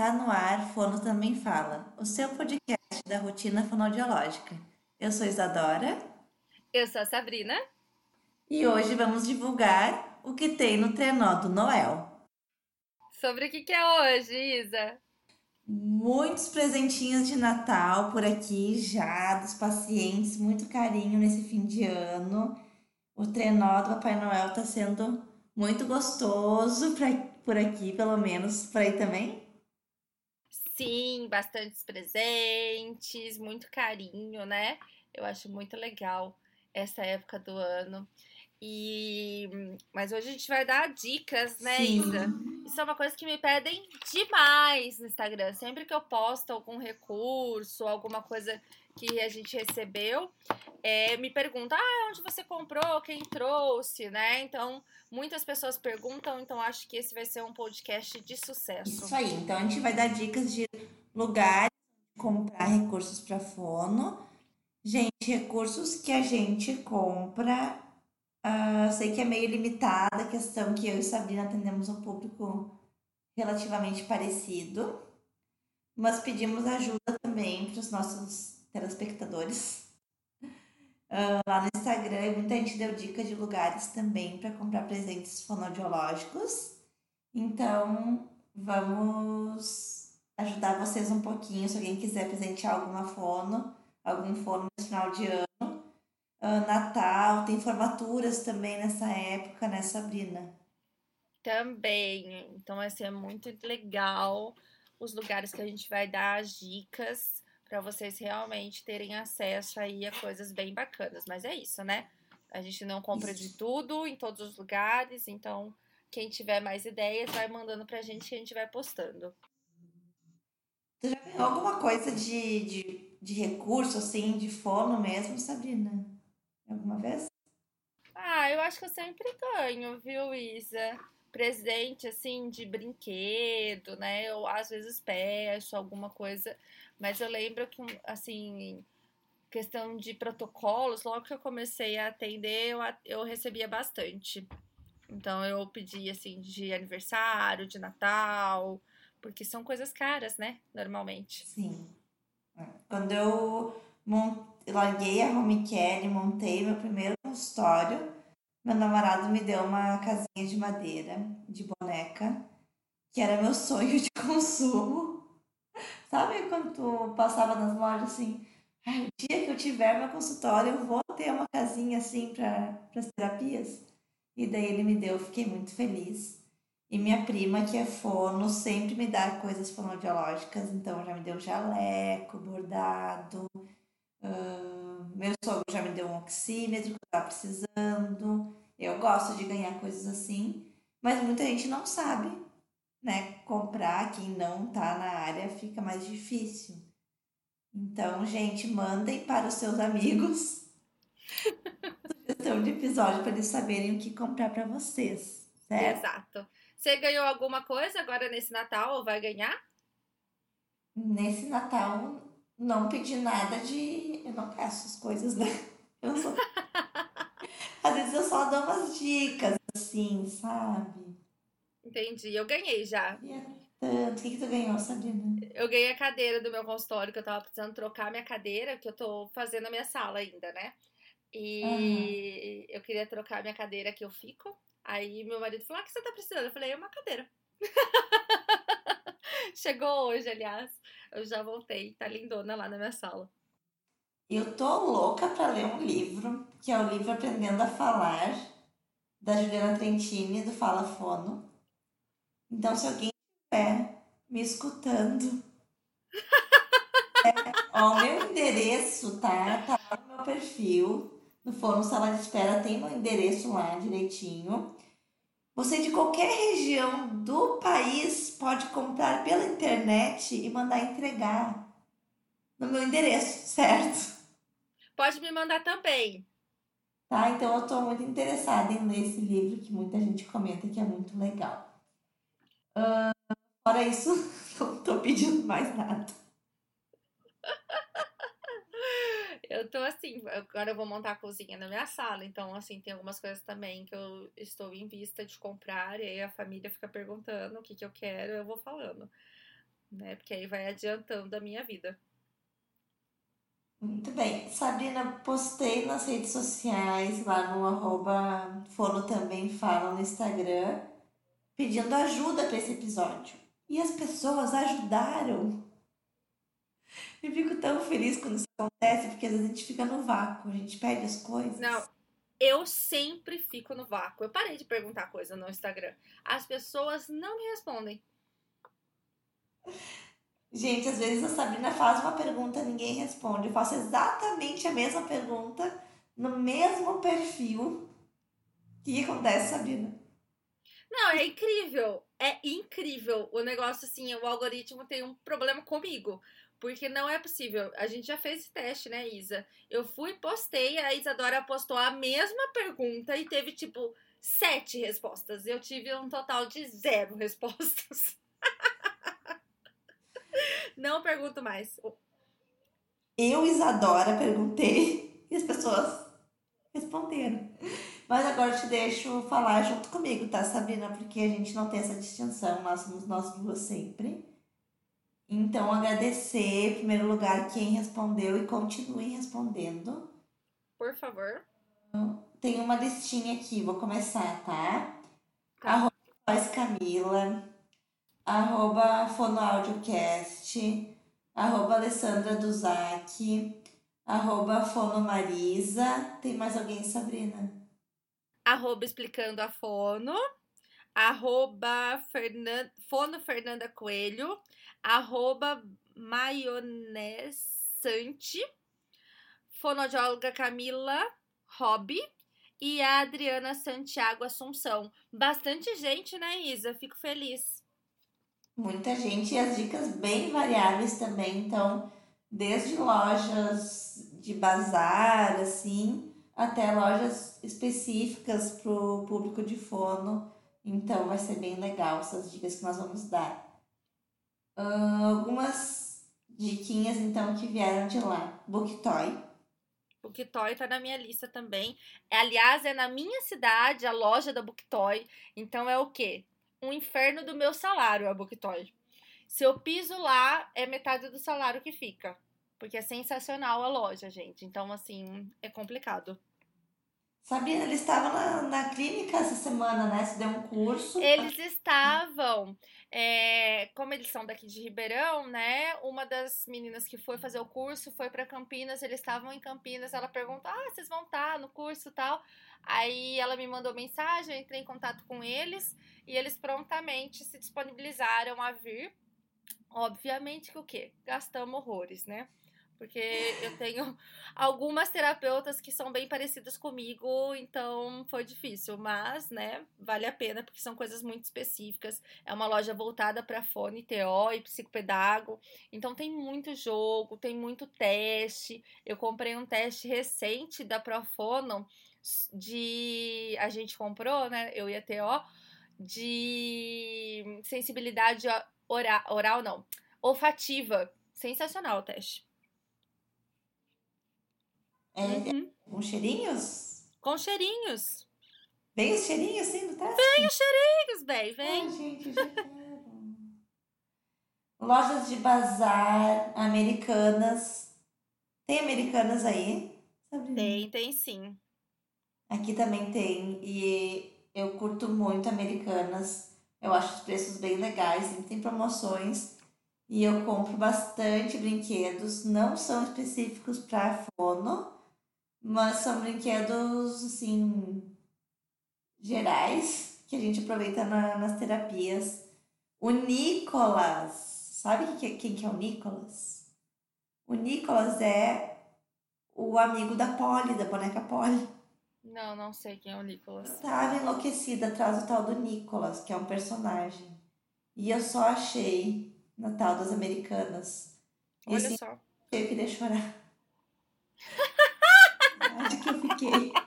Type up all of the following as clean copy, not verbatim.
Está no ar, Fono Também Fala, o seu podcast da rotina fonoaudiológica. Eu sou Isadora Eu sou a Sabrina. e hoje vamos divulgar o que tem no trenó do Noel. Sobre o que é hoje, Isa? Muitos presentinhos de Natal por aqui já, dos pacientes, muito carinho nesse fim de ano. O trenó do Papai Noel está sendo muito gostoso por aqui, pelo menos. Por aí também? Sim, bastantes presentes, muito carinho, né? Eu acho muito legal essa época do ano. Mas hoje a gente vai dar dicas, né, Isa? Sim. Isso é uma coisa que me pedem demais no Instagram. Sempre que eu posto algum recurso, alguma coisa que a gente recebeu, me pergunta, onde você comprou, quem trouxe, né? Então, muitas pessoas perguntam, então acho que esse vai ser um podcast de Isso sucesso. aí. Então a gente vai dar dicas de lugares comprar recursos para fono. Gente, recursos que a gente compra, sei que é meio limitada a questão que eu e Sabrina atendemos um público relativamente parecido, mas pedimos ajuda também para os nossos telespectadores. Lá no Instagram, muita gente deu dicas de lugares também para comprar presentes fonoaudiológicos. Então, vamos ajudar vocês um pouquinho se alguém quiser presentear algum fono nesse final de ano. Natal, tem formaturas também nessa época, né, Sabrina? Também, então vai ser muito legal os lugares que a gente vai dar as dicas para vocês realmente terem acesso aí a coisas bem bacanas. Mas é isso, né? A gente não compra de Isso. tudo em todos os lugares, então quem tiver mais ideias vai mandando pra gente que a gente vai postando. Tu já ganhou alguma coisa de recurso, assim, de fono mesmo, Sabrina? Alguma vez? Eu acho que eu sempre ganho, viu, Isa? Presente, assim, de brinquedo, né? Eu às vezes peço alguma coisa, mas eu lembro que, assim, questão de protocolos, logo que eu comecei a atender, eu recebia bastante. Então eu pedi, assim, de aniversário, de Natal, porque são coisas caras, né? Normalmente. Sim. Quando eu larguei a home care e montei meu primeiro consultório, meu namorado me deu uma casinha de madeira, de boneca, que era meu sonho de consumo. Sabe quando tu passava nas lojas assim, o dia que eu tiver meu consultório, eu vou ter uma casinha assim para as terapias? E daí ele me deu, eu fiquei muito feliz. E minha prima, que é fono, sempre me dá coisas fonoaudiológicas, então já me deu jaleco, bordado. Meu sogro já me deu um oxímetro que eu tava precisando. Eu gosto de ganhar coisas assim, mas muita gente não sabe, né? Comprar, quem não tá na área fica mais difícil. Então, gente, mandem para os seus amigos sugestão de episódio para eles saberem o que comprar para vocês, certo? Exato. Você ganhou alguma coisa agora nesse Natal ou vai ganhar? Nesse Natal, não pedi nada de. Eu não peço as coisas, né? Eu só... Às vezes eu só dou umas dicas, assim, sabe? Entendi, eu ganhei já. Queria tanto. O que que tu ganhou, Sabrina? Eu ganhei a cadeira do meu consultório, que eu tava precisando trocar minha cadeira, que eu tô fazendo a minha sala ainda, né? Aham. E eu queria trocar minha cadeira que eu fico. Aí meu marido falou: o que você tá precisando? Eu falei: é uma cadeira. Chegou hoje, aliás. Eu já voltei, tá lindona lá na minha sala. Eu tô louca para ler um livro, que é o livro Aprendendo a Falar, da Juliana Trentini, do Fala Fono. Então, se alguém estiver me escutando, ó, o meu endereço tá lá no meu perfil. No Fono Sala de Espera tem meu endereço lá direitinho. Você de qualquer região do país pode comprar pela internet e mandar entregar no meu endereço, certo? Pode me mandar também. Tá? Então eu tô muito interessada em ler esse livro que muita gente comenta que é muito legal. Fora isso, não tô pedindo mais nada. Eu tô assim, agora eu vou montar a cozinha na minha sala, então assim, tem algumas coisas também que eu estou em vista de comprar, e aí a família fica perguntando o que que eu quero, eu vou falando. né? Porque aí vai adiantando a minha vida. Muito bem. Sabrina, postei nas redes sociais, lá no Fono Também Fala no Instagram, pedindo ajuda para esse episódio. E as pessoas ajudaram. Eu fico tão feliz quando isso acontece, porque às vezes a gente fica no vácuo, a gente perde as Não, coisas. eu sempre fico no vácuo. Eu parei de perguntar coisa no Instagram. As pessoas não me respondem. Gente, às vezes a Sabrina faz uma pergunta, ninguém responde. Eu faço exatamente a mesma pergunta, no mesmo perfil. O que acontece, Sabrina? Não, é incrível. É incrível. O negócio, assim, o algoritmo tem um problema comigo. Porque não é possível. A gente já fez esse teste, né, Isa? Eu fui, postei, a Isadora postou a mesma pergunta e teve, tipo, 7 respostas. Eu tive um total de 0 respostas. Não pergunto mais. Eu, Isadora, perguntei e as pessoas responderam. Mas agora eu te deixo falar junto comigo, tá, Sabrina? Porque a gente não tem essa distinção, nós somos nós duas sempre. Então, agradecer, em primeiro lugar, quem respondeu e continue respondendo. Por favor. Tem uma listinha aqui, vou começar, tá? Tá. Voz Camila, @fonoaudiocast, @Alessandra Duzac, @fonomarisa. Tem mais alguém, Sabrina? Arroba explicando a fono. Arroba Fono Fernanda Coelho. Arroba maionesante. Fonoaudióloga Camila Hobby. E a Adriana Santiago Assunção. Bastante gente, né, Isa? Fico feliz. Muita gente e as dicas bem variáveis também. Então, desde lojas de bazar, assim, até lojas específicas para o público de fono. Então, vai ser bem legal essas dicas que nós vamos dar. Algumas diquinhas, então, que vieram de lá. Booktoy. O Booktoy tá na minha lista também. Aliás, é na minha cidade a loja da Booktoy. Então é o quê? Um inferno do meu salário a Booktoy. Se eu piso lá, é metade do salário que fica. Porque é sensacional a loja, gente. Então, assim, é complicado. Sabrina, ele estava na clínica essa semana, né? Você deu um curso. Eles estavam, como eles são daqui de Ribeirão, né? Uma das meninas que foi fazer o curso foi para Campinas. Eles estavam em Campinas. Ela perguntou: Ah, vocês vão estar no curso e tal? Aí ela me mandou mensagem, eu entrei em contato com eles e eles prontamente se disponibilizaram a vir. Obviamente que o quê? Gastamos horrores, né? Porque eu tenho algumas terapeutas que são bem parecidas comigo, então foi difícil, mas, né, vale a pena porque são coisas muito específicas. É uma loja voltada para fone, TO e psicopedago, então tem muito jogo, tem muito teste. Eu comprei um teste recente da Profono de a gente comprou, né, eu e a TO, de sensibilidade oral não, olfativa. Sensacional o teste. É, Uhum. com cheirinhos? Com cheirinhos. Bem os cheirinhos, assim, do Vem teste? os cheirinhos, bem, Ai, vem. gente, eu já quero. Lojas de bazar americanas. Tem americanas aí, Sabrina? Tem sim. Aqui também tem. E eu curto muito americanas. Eu acho os preços bem legais, sempre tem promoções. E eu compro bastante brinquedos. Não são específicos para fono, mas são brinquedos, assim, gerais, que a gente aproveita nas terapias. O Nicolas. Sabe quem que é o Nicolas? O Nicolas é o amigo da Polly, da boneca Polly. Não, não sei quem é o Eu Nicolas. tava enlouquecida atrás do tal do Nicolas, que é um personagem. E eu só achei na tal das americanas. Olha Esse só. eu queria chorar. Acho que eu fiquei.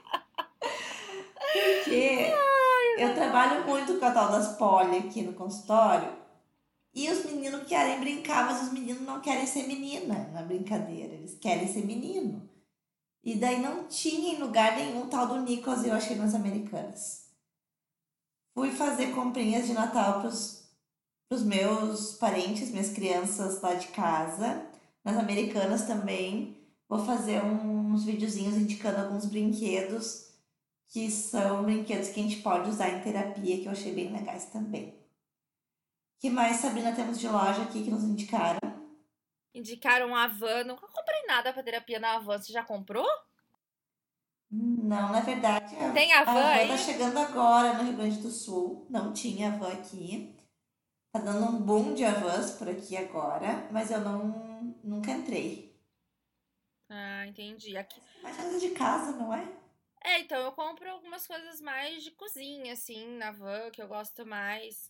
Porque eu trabalho muito com a tal das Polly aqui no consultório. E os meninos querem brincar, mas os meninos não querem ser menina na brincadeira. Eles querem ser menino. E daí não tinha em lugar nenhum tal do Nicholas, eu achei nas americanas. Fui fazer comprinhas de Natal pros meus parentes, minhas crianças lá de casa. Nas Americanas também. Vou fazer uns videozinhos indicando alguns brinquedos que são brinquedos que a gente pode usar em terapia, que eu achei bem legais também. Que mais, Sabrina, temos de loja aqui que nos indicaram? Indicaram a van. Nunca comprei nada pra terapia na van. Você já comprou? Não, na verdade, Tem a a van van tá aí? chegando agora no Rio Grande do Sul. Não tinha van aqui. Tá dando um boom de avans por aqui agora, mas eu nunca entrei. Ah, entendi. Aqui. Mas coisa de casa, não é? É, então eu compro algumas coisas mais de cozinha, assim, na van, que eu gosto mais.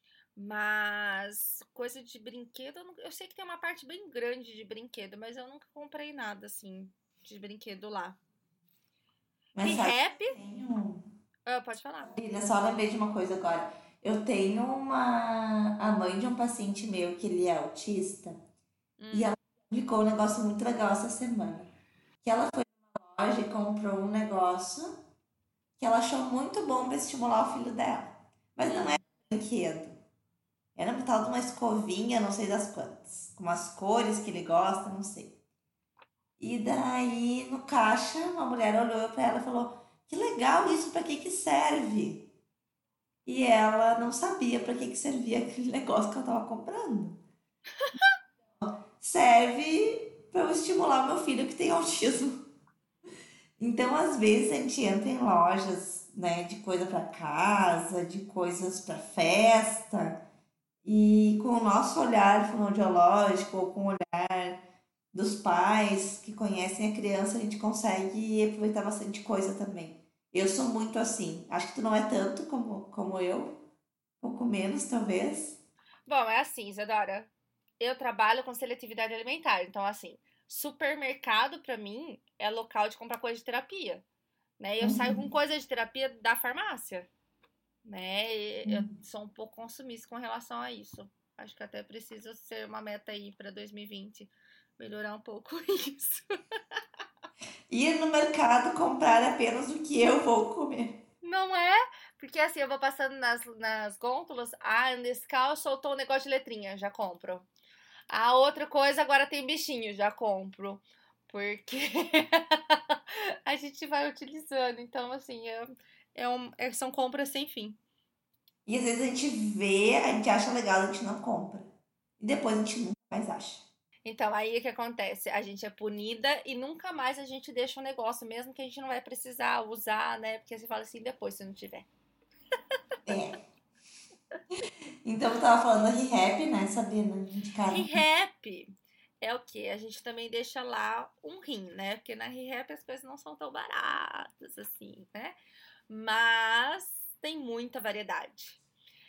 Mas coisa de brinquedo, eu sei que tem uma parte bem grande de brinquedo, mas eu nunca comprei nada assim de brinquedo lá. Mas sabe, Rap? eu tenho. Ah, pode falar. Só lembrei de uma coisa agora. Eu tenho uma. A mãe de um paciente meu que ele é autista e Hum, ela publicou um negócio muito legal essa semana. Que ela foi na loja e comprou um negócio que ela achou muito bom para estimular o filho dela. Mas não é hum. brinquedo. Era um tal de uma escovinha, não sei das quantas. Com umas cores que ele gosta, não sei. E daí, no caixa, uma mulher olhou para ela e falou: Que legal isso, para que que serve? E ela não sabia para que que servia aquele negócio que ela estava comprando. Serve para eu estimular meu filho que tem autismo. Então, às vezes, a gente entra em lojas, né, de coisa para casa, de coisas para festa, e com o nosso olhar fonoaudiológico ou com o olhar dos pais que conhecem a criança, a gente consegue aproveitar bastante coisa também. Eu sou muito assim. Acho que tu não é tanto como eu, um pouco menos, talvez. Bom, é assim, Isadora. Eu trabalho com seletividade alimentar, então assim, supermercado pra mim é local de comprar coisa de terapia, né? Eu saio com Uhum. coisa de terapia da farmácia, né? Eu Uhum. sou um pouco consumista com relação a isso. Acho que até preciso ser uma meta aí pra 2020 melhorar um pouco isso. Ir no mercado comprar apenas o que eu vou comer. Não é? Porque assim, eu vou passando nas gôndolas, ah, Nescau soltou um negócio de letrinha, já compro. A outra coisa agora tem bichinho, já compro. Porque a gente vai utilizando. Então, assim, são compras sem fim. E às vezes a gente vê, a gente acha legal, a gente não compra. E depois a gente nunca mais acha. Então, aí o que acontece? A gente é punida e nunca mais a gente deixa um negócio, mesmo que a gente não vai precisar usar, né? Porque você fala assim depois, se não tiver. É. Então eu tava falando da ReHap, né, Sabrina? De casa. ReHap é o que? A gente também deixa lá um rim, né? Porque na ReHap as coisas não são tão baratas assim, né? Mas tem muita variedade.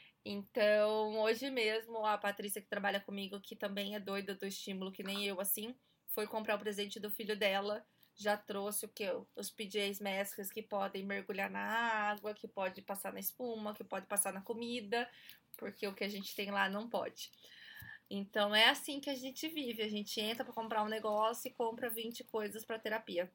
Então, hoje mesmo, a Patrícia que trabalha comigo, que também é doida do estímulo, que nem eu, assim, foi comprar o presente do filho dela. Já trouxe o que? Os PJs Masks que podem mergulhar na água, que pode passar na espuma, que pode passar na comida, porque o que a gente tem lá não pode. Então é assim que a gente vive. A gente entra pra comprar um negócio e compra 20 coisas pra terapia.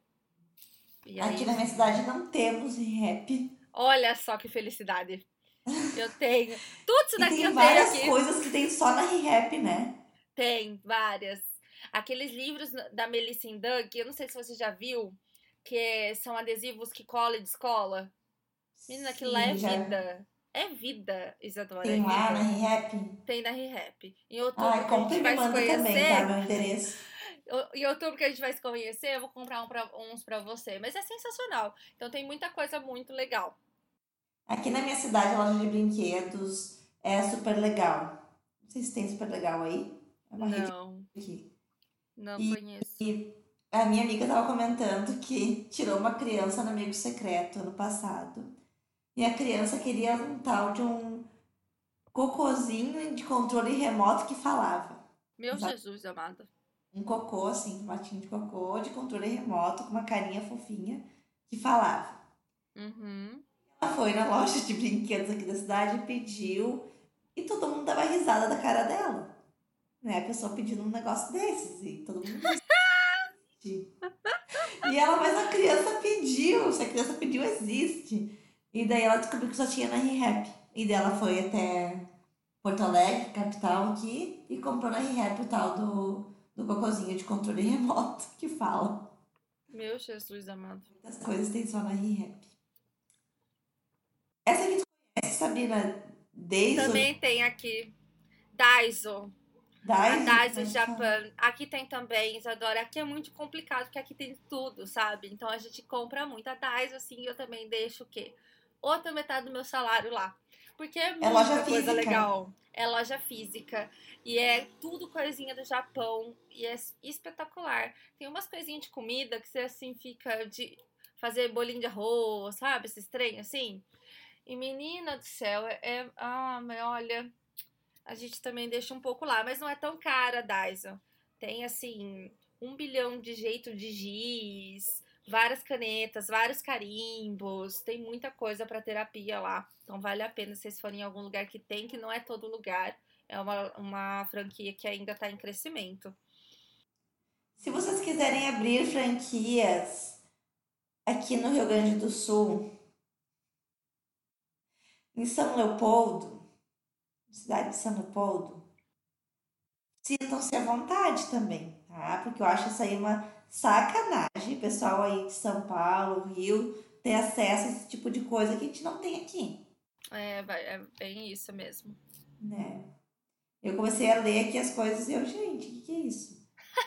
E Aqui aí, na minha cidade não temos ReHap. olha só que felicidade. Eu tenho. Tudo isso E daqui tem eu tenho várias aqui. coisas que tem só na ReHap, né? Tem várias. Aqueles livros da Melissa Doug, eu não sei se você já viu, que são adesivos que cola e descola. Menina, aquilo lá é Sim, já vida. É vida, Isadora, é tem lá na vida. ReHap. Tem na ReHap. Em outubro Ai, que a compra gente e me vai se manda também, tá? conhecer, Meu endereço. em outubro que a gente vai se conhecer, eu vou comprar uns pra você. Mas é sensacional. Então tem muita coisa muito legal. Aqui na minha cidade, a loja de brinquedos é super legal. Não sei se tem super legal aí. É uma rede Não, aqui. não E conheço. a minha amiga tava comentando que tirou uma criança no Amigo Secreto ano passado. E a criança queria um tal de um cocôzinho de controle remoto que falava. Meu Sabe? Jesus amado. Um cocô, assim, um formatinho de cocô, de controle remoto, com uma carinha fofinha, que falava. Uhum. Ela foi na loja de brinquedos aqui da cidade e pediu, e todo mundo dava risada da cara dela. Né? A pessoa pedindo um negócio desses, e todo mundo desistia. E ela, mas a criança pediu, se a criança pediu, existe. E daí ela descobriu que só tinha na ReHap. E daí ela foi até Porto Alegre, capital aqui, e comprou na ReHap o tal do cocôzinho de controle remoto que fala. Meu Jesus amado. Muitas coisas tem só na ReHap. Essa aqui tu conhece, Sabrina? Daiso? Também tem aqui Daiso. A Daiso? Como Daiso é que fala? Japan. Aqui tem também, Isadora. Aqui é muito complicado, porque aqui tem tudo, sabe? Então a gente compra muito. A Daiso, assim, eu também deixo o quê? Outra metade do meu salário lá. Porque é É loja muita coisa física. legal. É loja física. E é tudo coisinha do Japão. E é espetacular. Tem umas coisinhas de comida que você, assim, fica de fazer bolinho de arroz, sabe? Esses trem, assim. E menina do céu, mas olha, a gente também deixa um pouco lá, mas não é tão cara a Dyson. Tem assim, 1 bilhão de jeito de giz, várias canetas, vários carimbos, tem muita coisa para terapia lá. Então vale a pena se vocês forem em algum lugar que tem, que não é todo lugar. É uma franquia que ainda está em crescimento. Se vocês quiserem abrir franquias aqui no Rio Grande do Sul, em São Leopoldo, cidade de São Leopoldo, sintam-se à vontade também, tá? Porque eu acho isso aí uma sacanagem, o pessoal aí de São Paulo, Rio, ter acesso a esse tipo de coisa que a gente não tem aqui, É bem isso mesmo. né? Eu comecei a ler aqui as coisas e eu, gente, o que é isso?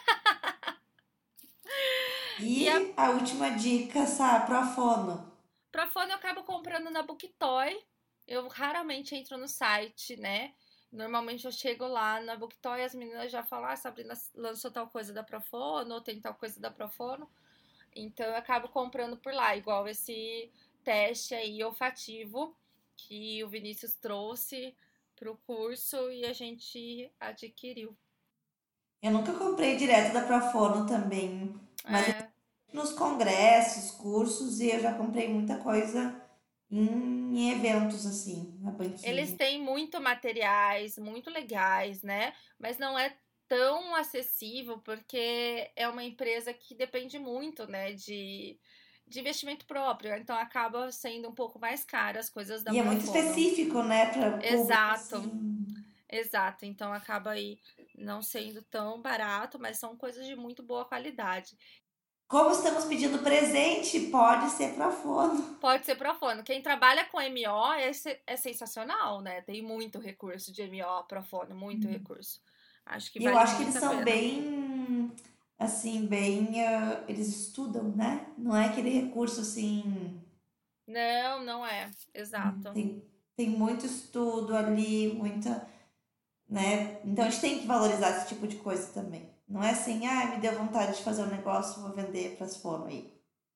E a E a última dica, sabe? Profono. Profone eu acabo comprando na Booktoy. Eu raramente entro no site, né? Normalmente eu chego lá na Booktoy e as meninas já falam, Sabrina lançou tal coisa da Profono, ou tem tal coisa da Profono. Então eu acabo comprando por lá, igual esse teste aí olfativo que o Vinícius trouxe pro curso e a gente adquiriu. Eu nunca comprei direto da Profono também, mas É, nos congressos, cursos, e eu já comprei muita coisa em eventos, assim, na eles banquinha. têm muito materiais, muito legais, né? Mas não é tão acessível porque é uma empresa que depende muito, né, de investimento próprio. Então acaba sendo um pouco mais caro as coisas da E é muito Profono. específico, né, para público, Exato, assim. exato. Então acaba aí não sendo tão barato, mas são coisas de muito boa qualidade. Como estamos pedindo presente, pode ser Profono. Pode ser Profono. Quem trabalha com MO é sensacional, né? Tem muito recurso de MO Profono, muito recurso. Acho que E eu vale acho que eles muito a são pena. bem, assim, eles estudam, né? Não é aquele recurso, assim, Não, não é. Exato. tem muito estudo ali, muita, né? Então a gente tem que valorizar esse tipo de coisa também. Não é assim, me deu vontade de fazer um negócio, vou vender para as fono aí.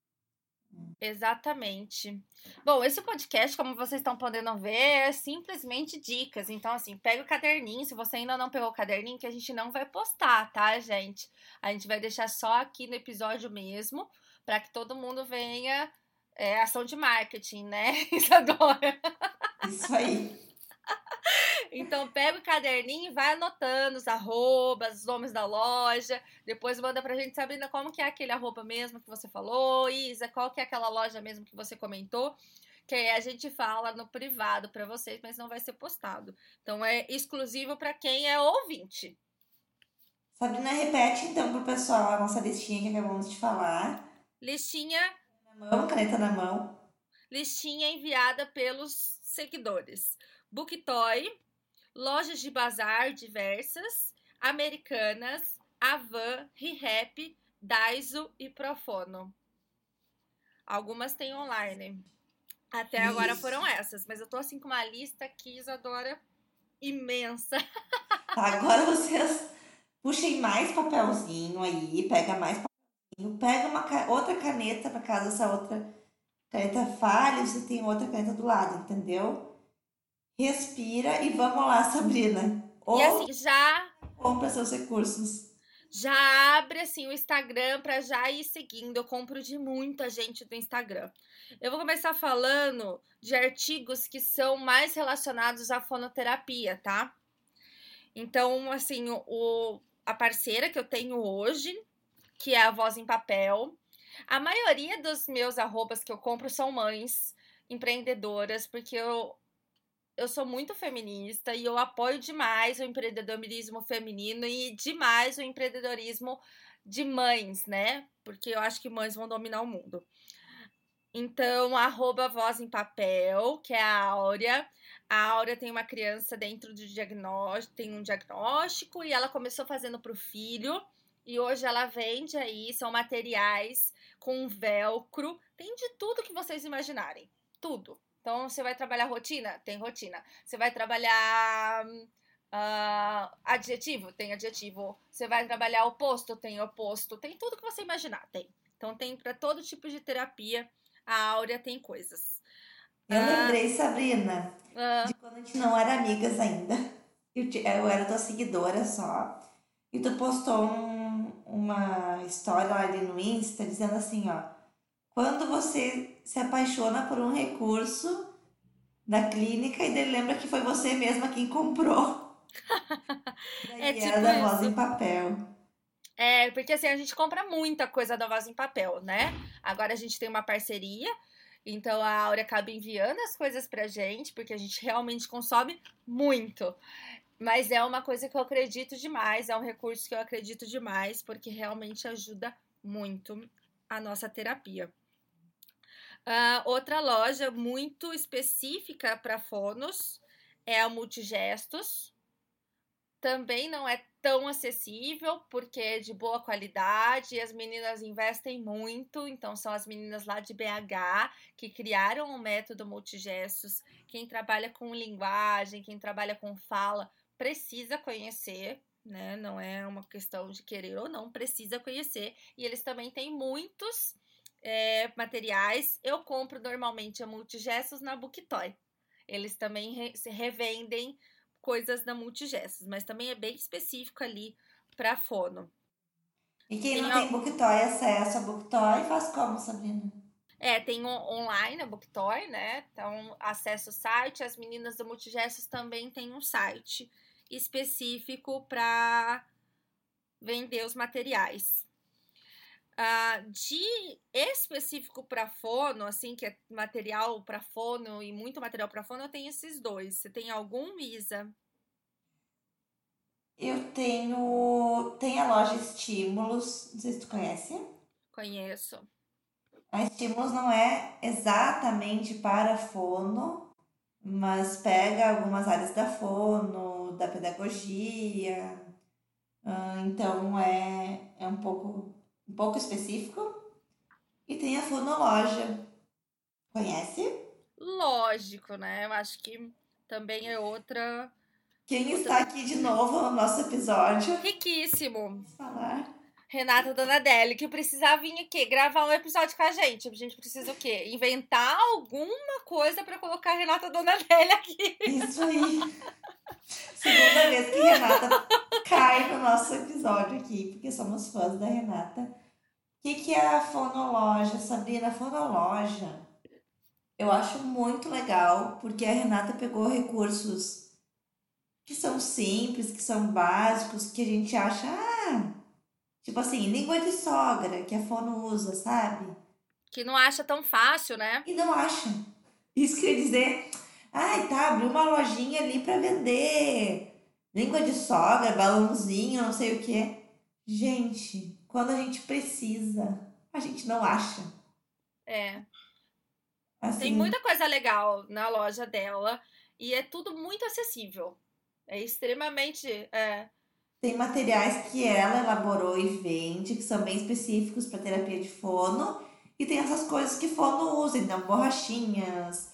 Exatamente. Bom, esse podcast, como vocês estão podendo ver, é simplesmente dicas. Então, assim, pega o caderninho. Se você ainda não pegou o caderninho, que a gente não vai postar, tá, gente? A gente vai deixar só aqui no episódio mesmo, para que todo mundo venha. É ação de marketing, né, Isadora? Isso aí. Então pega o caderninho e vai anotando os arrobas, os nomes da loja. Depois manda pra gente, Sabrina, como que é aquele arroba mesmo que você falou. Isa, qual que é aquela loja mesmo que você comentou. Que aí a gente fala no privado pra vocês, mas não vai ser postado. Então é exclusivo pra quem é ouvinte. Sabrina, repete então pro pessoal a nossa listinha que acabamos de falar. Listinha, Na mão, caneta na mão. listinha enviada pelos seguidores. Booktoy, lojas de bazar diversas, Americanas, Avan, ReHap, Daiso e Profono. Algumas têm online. Até agora Isso. foram essas, mas eu tô assim com uma lista aqui, Isadora, imensa. Tá, agora vocês puxem mais papelzinho aí, pega mais papelzinho, pega outra caneta para caso essa outra caneta falhe, você tem outra caneta do lado, entendeu? Respira e vamos lá, Sabrina. E Ou assim, já compra seus recursos. já abre assim o Instagram para já ir seguindo. Eu compro de muita gente do Instagram. Eu vou começar falando de artigos que são mais relacionados à fonoterapia, tá? Então, assim, a parceira que eu tenho hoje, que é a Voz em Papel. A maioria dos meus arrobas que eu compro são mães empreendedoras, porque eu sou muito feminista e eu apoio demais o empreendedorismo feminino e demais o empreendedorismo de mães, né? Porque eu acho que mães vão dominar o mundo. Então, arroba Voz em Papel, que é a Áurea. A Áurea tem uma criança dentro do diagnóstico, tem um diagnóstico, e ela começou fazendo para o filho. E hoje ela vende aí, são materiais com velcro, tem de tudo que vocês imaginarem. Tudo. Então, você vai trabalhar rotina? Tem rotina. Você vai trabalhar adjetivo? Tem adjetivo. Você vai trabalhar oposto? Tem oposto. Tem tudo que você imaginar, tem. Então, tem para todo tipo de terapia. A Áurea tem coisas. Eu lembrei, Sabrina, de Ah, quando a gente não era amigas ainda. Eu era tua seguidora só. E tu postou uma história lá ali no Insta dizendo assim, ó. Quando você se apaixona por um recurso da clínica e daí lembra que foi você mesma quem comprou. é Daí era tipo da Voz isso. em Papel. É, porque assim, a gente compra muita coisa da Voz em Papel, né? Agora a gente tem uma parceria, então a Áurea acaba enviando as coisas pra gente, porque a gente realmente consome muito. Mas é uma coisa que eu acredito demais, é um recurso que eu acredito demais, porque realmente ajuda muito a nossa terapia. Outra loja muito específica para fonos é a Multigestos. Também não é tão acessível, porque é de boa qualidade e as meninas investem muito. Então, são as meninas lá de BH que criaram o método Multigestos. Quem trabalha com linguagem, quem trabalha com fala, precisa conhecer, né? Não é uma questão de querer ou não, precisa conhecer. E eles também têm muitos materiais. Eu compro normalmente a Multigestos na Booktoy. Eles também revendem coisas da Multigestos, mas também é bem específico ali para fono. E quem Tem, não tem Booktoy, acessa a Booktoy, faz como, Sabrina? tem online a Booktoy, né? Então, acessa o site. As meninas do Multigestos também têm um site específico para vender os materiais. De específico para fono, assim, que é material para fono e muito material para fono, eu tenho esses dois. Você tem algum, Isa? Eu tenho. Tem a loja Estímulos, não sei se tu conhece. Conheço. A Estímulos não é exatamente para fono, mas pega algumas áreas da fono, da pedagogia, então é um pouco específico. E tem a fonologia, conhece? Lógico, né? Eu acho que também é Quem outra está aqui de novo no nosso episódio, riquíssimo. vamos falar. Renata Donadelli, que precisava vir aqui gravar um episódio com a gente. A gente precisa o quê? Inventar alguma coisa para colocar a Renata Donadelli aqui. Isso aí. Segunda vez que Renata cai no nosso episódio aqui, porque somos fãs da Renata. O que é a fonologia, Sabrina? A fonologia eu acho muito legal, porque a Renata pegou recursos que são simples, que são básicos, que a gente acha, tipo assim, língua de sogra, que a fono usa, sabe? Que não acha tão fácil, né? E não acha. Isso quer dizer, ai, tá, abriu uma lojinha ali para vender língua de sogra, balãozinho, não sei o quê. Gente, quando a gente precisa, a gente não acha. É. Tem Assim, muita coisa legal na loja dela e é tudo muito acessível. É extremamente. tem materiais que ela elaborou e vende, que são bem específicos para terapia de fono, e tem essas coisas que fono usa, então borrachinhas,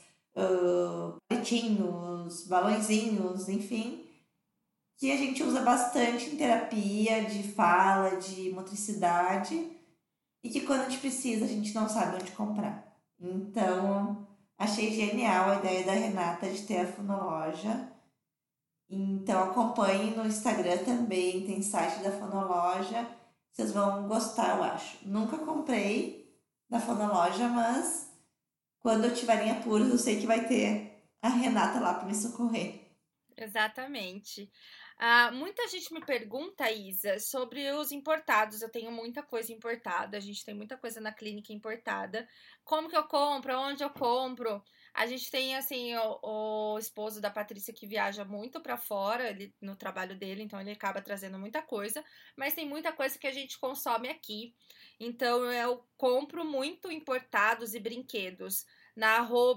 palitinhos, balõezinhos, enfim, que a gente usa bastante em terapia de fala, de motricidade, e que quando a gente precisa a gente não sabe onde comprar. Então, achei genial a ideia da Renata de ter a fonologia. Então acompanhe no Instagram também, tem site da Fonologia. Vocês vão gostar, eu acho. Nunca comprei da Fonologia, mas quando eu tiver em apuros, eu sei que vai ter a Renata lá para me socorrer. Exatamente. Muita gente me pergunta, Isa, sobre os importados. Eu tenho muita coisa importada, a gente tem muita coisa na clínica importada. Como que eu compro? Onde eu compro? A gente tem, assim, o esposo da Patrícia que viaja muito pra fora, no trabalho dele, então ele acaba trazendo muita coisa, mas tem muita coisa que a gente consome aqui. Então eu compro muito importados e brinquedos na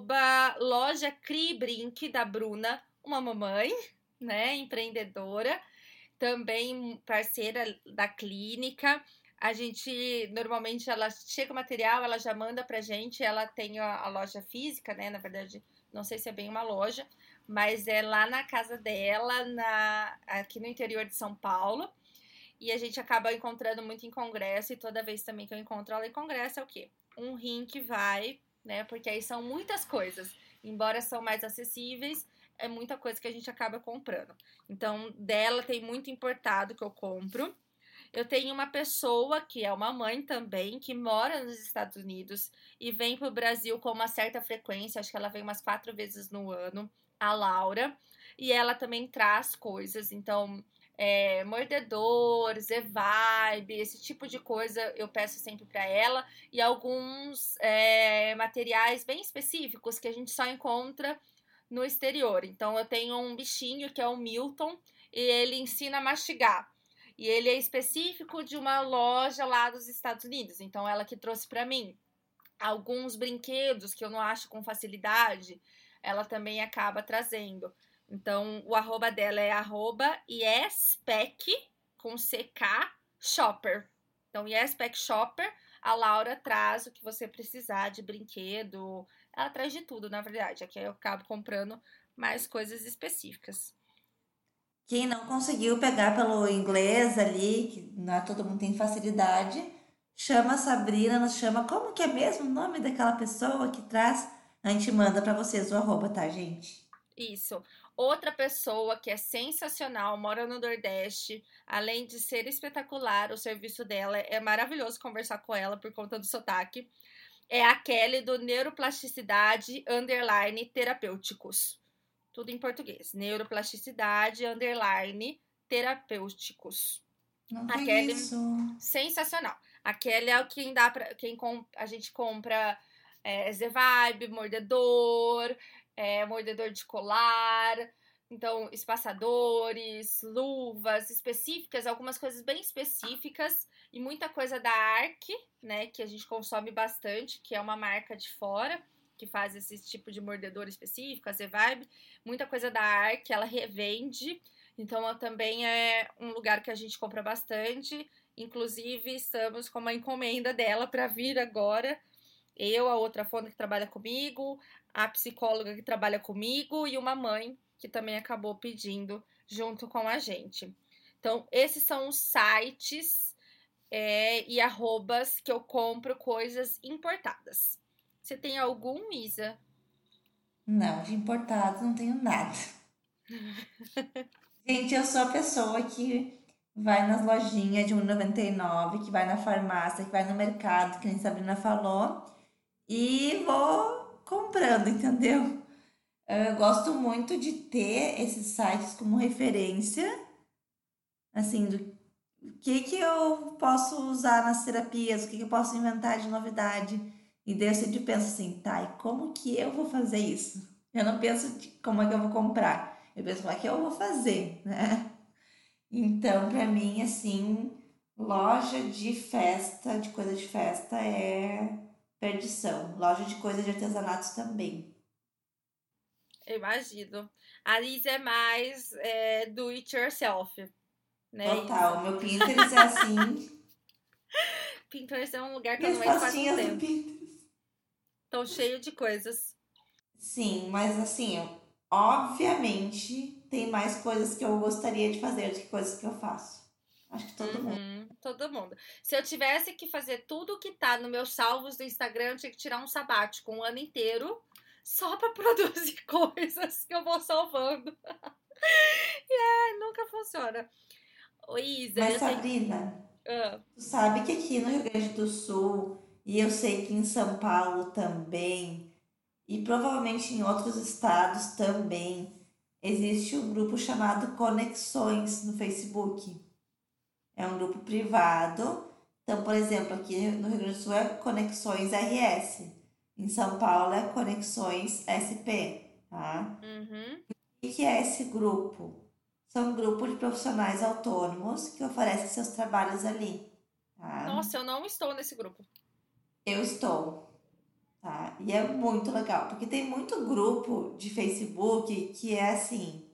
loja Cri Brinque da Bruna, uma mamãe, né, empreendedora, também parceira da clínica. A gente, normalmente, ela chega o material, ela já manda pra gente, ela tem a loja física, né? Na verdade, não sei se é bem uma loja, mas é lá na casa dela, aqui no interior de São Paulo. E a gente acaba encontrando muito em congresso, e toda vez também que eu encontro ela em congresso é o quê? Um rim que vai, né? Porque aí são muitas coisas. Embora são mais acessíveis, é muita coisa que a gente acaba comprando. Então, dela tem muito importado que eu compro. Eu tenho uma pessoa que é uma mãe também, que mora nos Estados Unidos e vem para o Brasil com uma certa frequência, acho que ela vem umas 4 vezes no ano, a Laura, e ela também traz coisas, então, mordedor, Z-Vibe, esse tipo de coisa eu peço sempre para ela, e alguns materiais bem específicos que a gente só encontra no exterior. Então, eu tenho um bichinho que é o Milton, e ele ensina a mastigar. E ele é específico de uma loja lá dos Estados Unidos. Então, ela que trouxe para mim alguns brinquedos que eu não acho com facilidade, ela também acaba trazendo. Então, o arroba dela é @yespec, com CK, shopper. Então, Yespec Shopper, a Laura traz o que você precisar de brinquedo. Ela traz de tudo, na verdade. Aqui eu acabo comprando mais coisas específicas. Quem não conseguiu pegar pelo inglês ali, que não é todo mundo tem facilidade, chama a Sabrina, nos chama. Como que é mesmo o nome daquela pessoa que traz? A gente manda pra vocês o arroba, tá, gente? Isso. Outra pessoa que é sensacional, mora no Nordeste, além de ser espetacular, o serviço dela é maravilhoso conversar com ela por conta do sotaque. É a Kelly do Neuroplasticidade Underline Terapêuticos. Tudo em português. Neuroplasticidade Underline Terapêuticos. Não A Kelly, conheço. sensacional. A Kelly é quem dá para a gente compra Z-Vibe, mordedor, mordedor de colar, então espaçadores, luvas específicas, algumas coisas bem específicas e muita coisa da Arc, né, que a gente consome bastante, que é uma marca de fora que faz esse tipo de mordedor específico, a Z-Vibe, muita coisa da Arc, ela revende, então também é um lugar que a gente compra bastante. Inclusive, estamos com uma encomenda dela para vir agora. Eu, a outra fono que trabalha comigo, a psicóloga que trabalha comigo e uma mãe que também acabou pedindo junto com a gente. Então, esses são os sites e arrobas que eu compro coisas importadas. Você tem algum, Isa? Não, de importado não tenho nada. Gente, eu sou a pessoa que vai nas lojinhas de 1,99, que vai na farmácia, que vai no mercado, que nem Sabrina falou, e vou comprando, entendeu? Eu gosto muito de ter esses sites como referência, assim, do que eu posso usar nas terapias, o que eu posso inventar de novidade. E daí eu sempre penso assim, tá, e como que eu vou fazer isso? Eu não penso de como é que eu vou comprar, eu penso como é que eu vou fazer, né? Então, pra mim, assim, loja de festa, de coisa de festa é perdição. Loja de coisa de artesanatos também. Eu imagino. A Isa é mais do it yourself, né, Total, Isa? meu Pinterest é assim, Pinterest é um lugar que e eu as não entro faz um pastinhas do tempo. Pinterest. Tão cheio de coisas. Sim, mas assim, obviamente tem mais coisas que eu gostaria de fazer do que coisas que eu faço. Acho que todo mundo. Uhum, todo mundo. Se eu tivesse que fazer tudo que tá nos meus salvos do Instagram, eu tinha que tirar um sabático um ano inteiro só pra produzir coisas que eu vou salvando. Ai, nunca funciona. Ô, Isa, Mas eu tenho. Sabrina, Ah, tu sabe que aqui no Rio Grande do Sul, e eu sei que em São Paulo também, e provavelmente em outros estados também, existe um grupo chamado Conexões no Facebook. É um grupo privado. Então, por exemplo, aqui no Rio Grande do Sul é Conexões RS. Em São Paulo é Conexões SP, tá? Uhum. O que é esse grupo? São um grupo de profissionais autônomos que oferecem seus trabalhos ali, tá? Nossa, eu não estou nesse grupo. Eu estou, tá? E é muito legal, porque tem muito grupo de Facebook que é assim,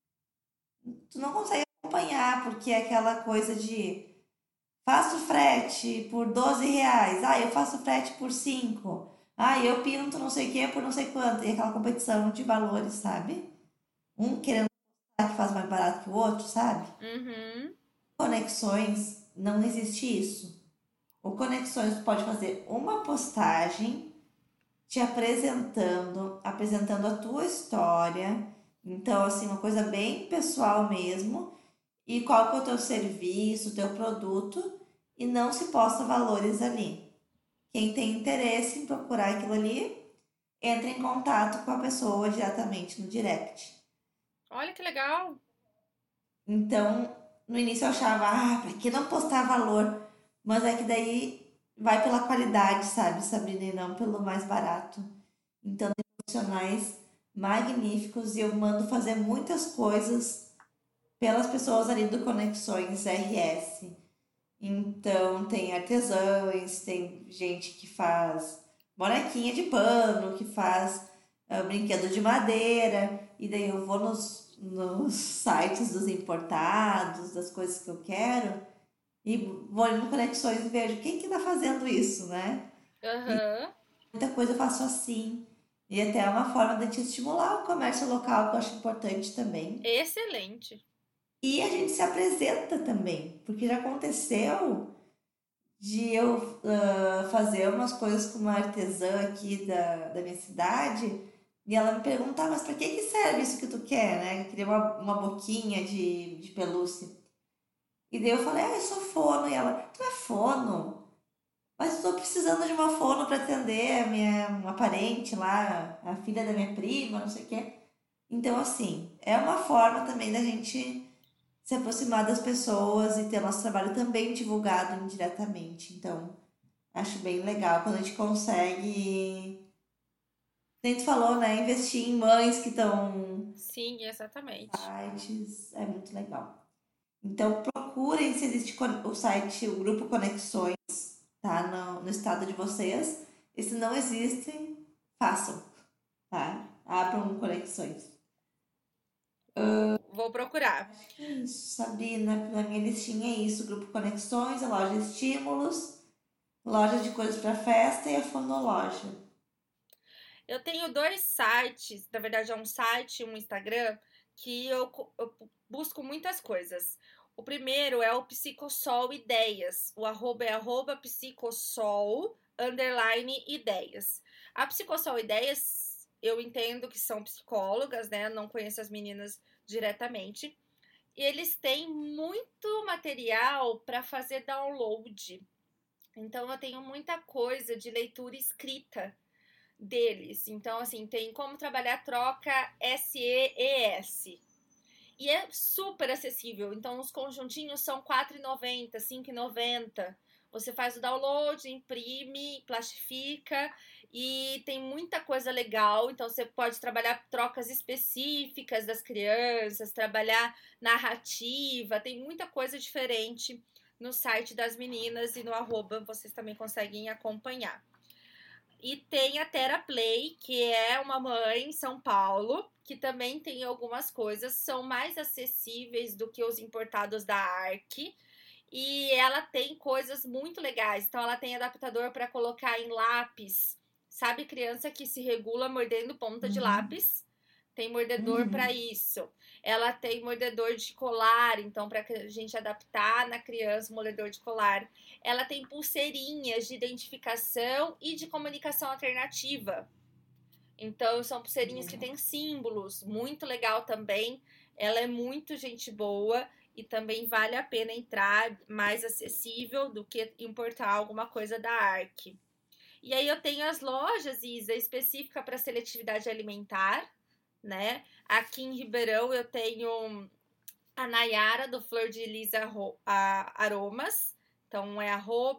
tu não consegue acompanhar, porque é aquela coisa de faço frete por R$ 12. Ah, eu faço frete por 5. Ah, eu pinto não sei o que por não sei quanto. E aquela competição de valores, sabe? Um querendo que faz mais barato que o outro, sabe? Uhum. Conexões, não existe isso. O Conexões tu pode fazer uma postagem te apresentando a tua história. Então, assim, uma coisa bem pessoal mesmo. E qual que é o teu serviço, o teu produto. E não se posta valores ali. Quem tem interesse em procurar aquilo ali, entra em contato com a pessoa diretamente no direct. Olha que legal. Então, no início eu achava, pra que não postar valor? Mas é que daí vai pela qualidade, sabe, Sabrina, e não pelo mais barato. Então, tem profissionais magníficos e eu mando fazer muitas coisas pelas pessoas ali do Conexões RS. Então, tem artesãos, tem gente que faz bonequinha de pano, que faz brinquedo de madeira, e daí eu vou nos sites dos importados, das coisas que eu quero, e vou ali no Conexões e vejo quem que tá fazendo isso, né? Aham. Muita coisa eu faço assim. E até é uma forma de a gente estimular o comércio local, que eu acho importante também. Excelente. E a gente se apresenta também, porque já aconteceu de eu fazer umas coisas com uma artesã aqui da minha cidade e ela me perguntar, mas para que serve isso que tu quer, né? Eu queria uma boquinha de pelúcia. E daí eu falei, eu sou fono. E ela, tu é fono? Mas eu tô precisando de uma fono para atender uma parente lá, a filha da minha prima, não sei o quê. Então, assim, é uma forma também da gente se aproximar das pessoas e ter nosso trabalho também divulgado indiretamente. Então, acho bem legal quando a gente consegue, nem tu falou, né? Investir em mães que estão Sim, exatamente. sites, é muito legal. Então procurem se existe o site, o grupo Conexões, tá? No estado de vocês. E se não existem, façam, tá? Abram conexões. Vou procurar. Acho que é isso, Sabrina. Na minha listinha é isso. Grupo Conexões, a loja de estímulos, loja de coisas para festa e a fonologia. Eu tenho dois sites, na verdade é um site e um Instagram, que eu busco muitas coisas. O primeiro é o Psicossol Ideias. O arroba é arroba psicossol underline ideias. A Psicossol Ideias, eu entendo que são psicólogas, né? Não conheço as meninas diretamente. E eles têm muito material para fazer download. Então eu tenho muita coisa de leitura escrita deles. Então, assim, tem como trabalhar troca SEES. E é super acessível. Então, os conjuntinhos são R$ 4,90, R$ 5,90. Você faz o download, imprime, plastifica e tem muita coisa legal. Então, você pode trabalhar trocas específicas das crianças, trabalhar narrativa, tem muita coisa diferente no site das meninas e no arroba vocês também conseguem acompanhar. E tem a Teraplay, que é uma mãe em São Paulo, que também tem algumas coisas, são mais acessíveis do que os importados da Arc. E ela tem coisas muito legais. Então, ela tem adaptador para colocar em lápis. Sabe, criança que se regula mordendo ponta de Uhum. lápis? Tem mordedor para Uhum. isso. Ela tem mordedor de colar, então para a gente adaptar na criança o mordedor de colar. Ela tem pulseirinhas de identificação e de comunicação alternativa. Então são pulseirinhas que Legal. têm símbolos, muito legal também. Ela é muito gente boa e também vale a pena entrar, mais acessível do que importar alguma coisa da Arc. E aí eu tenho as lojas, Isa, específica para seletividade alimentar, né? Aqui em Ribeirão eu tenho a Nayara do Flor de Lis Aromas. Então é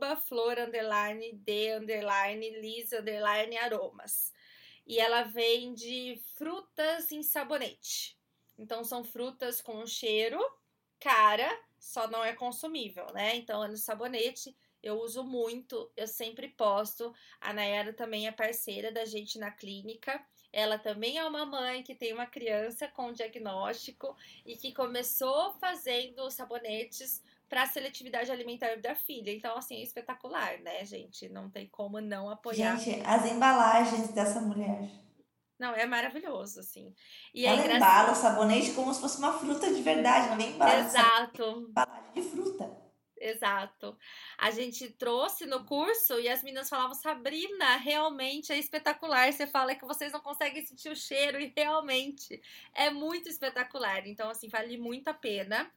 @flor_de_lisa_aromas. E ela vende frutas em sabonete. Então são frutas com cheiro, cara, só não é consumível, né? Então é no sabonete. Eu uso muito, eu sempre posto. A Nayara também é parceira da gente na clínica. Ela também é uma mãe que tem uma criança com diagnóstico e que começou fazendo sabonetes para seletividade alimentar da filha. Então, assim, é espetacular, né, gente? Não tem como não apoiar. Gente, as embalagens dessa mulher. Não, é maravilhoso, assim. E é Ela engraçado. embala o sabonete como se fosse uma fruta de verdade, não é embalagem Exato. de fruta. Exato. A gente trouxe no curso e as meninas falavam, Sabrina, realmente é espetacular. Você fala que vocês não conseguem sentir o cheiro e realmente é muito espetacular. Então, assim, vale muito a pena.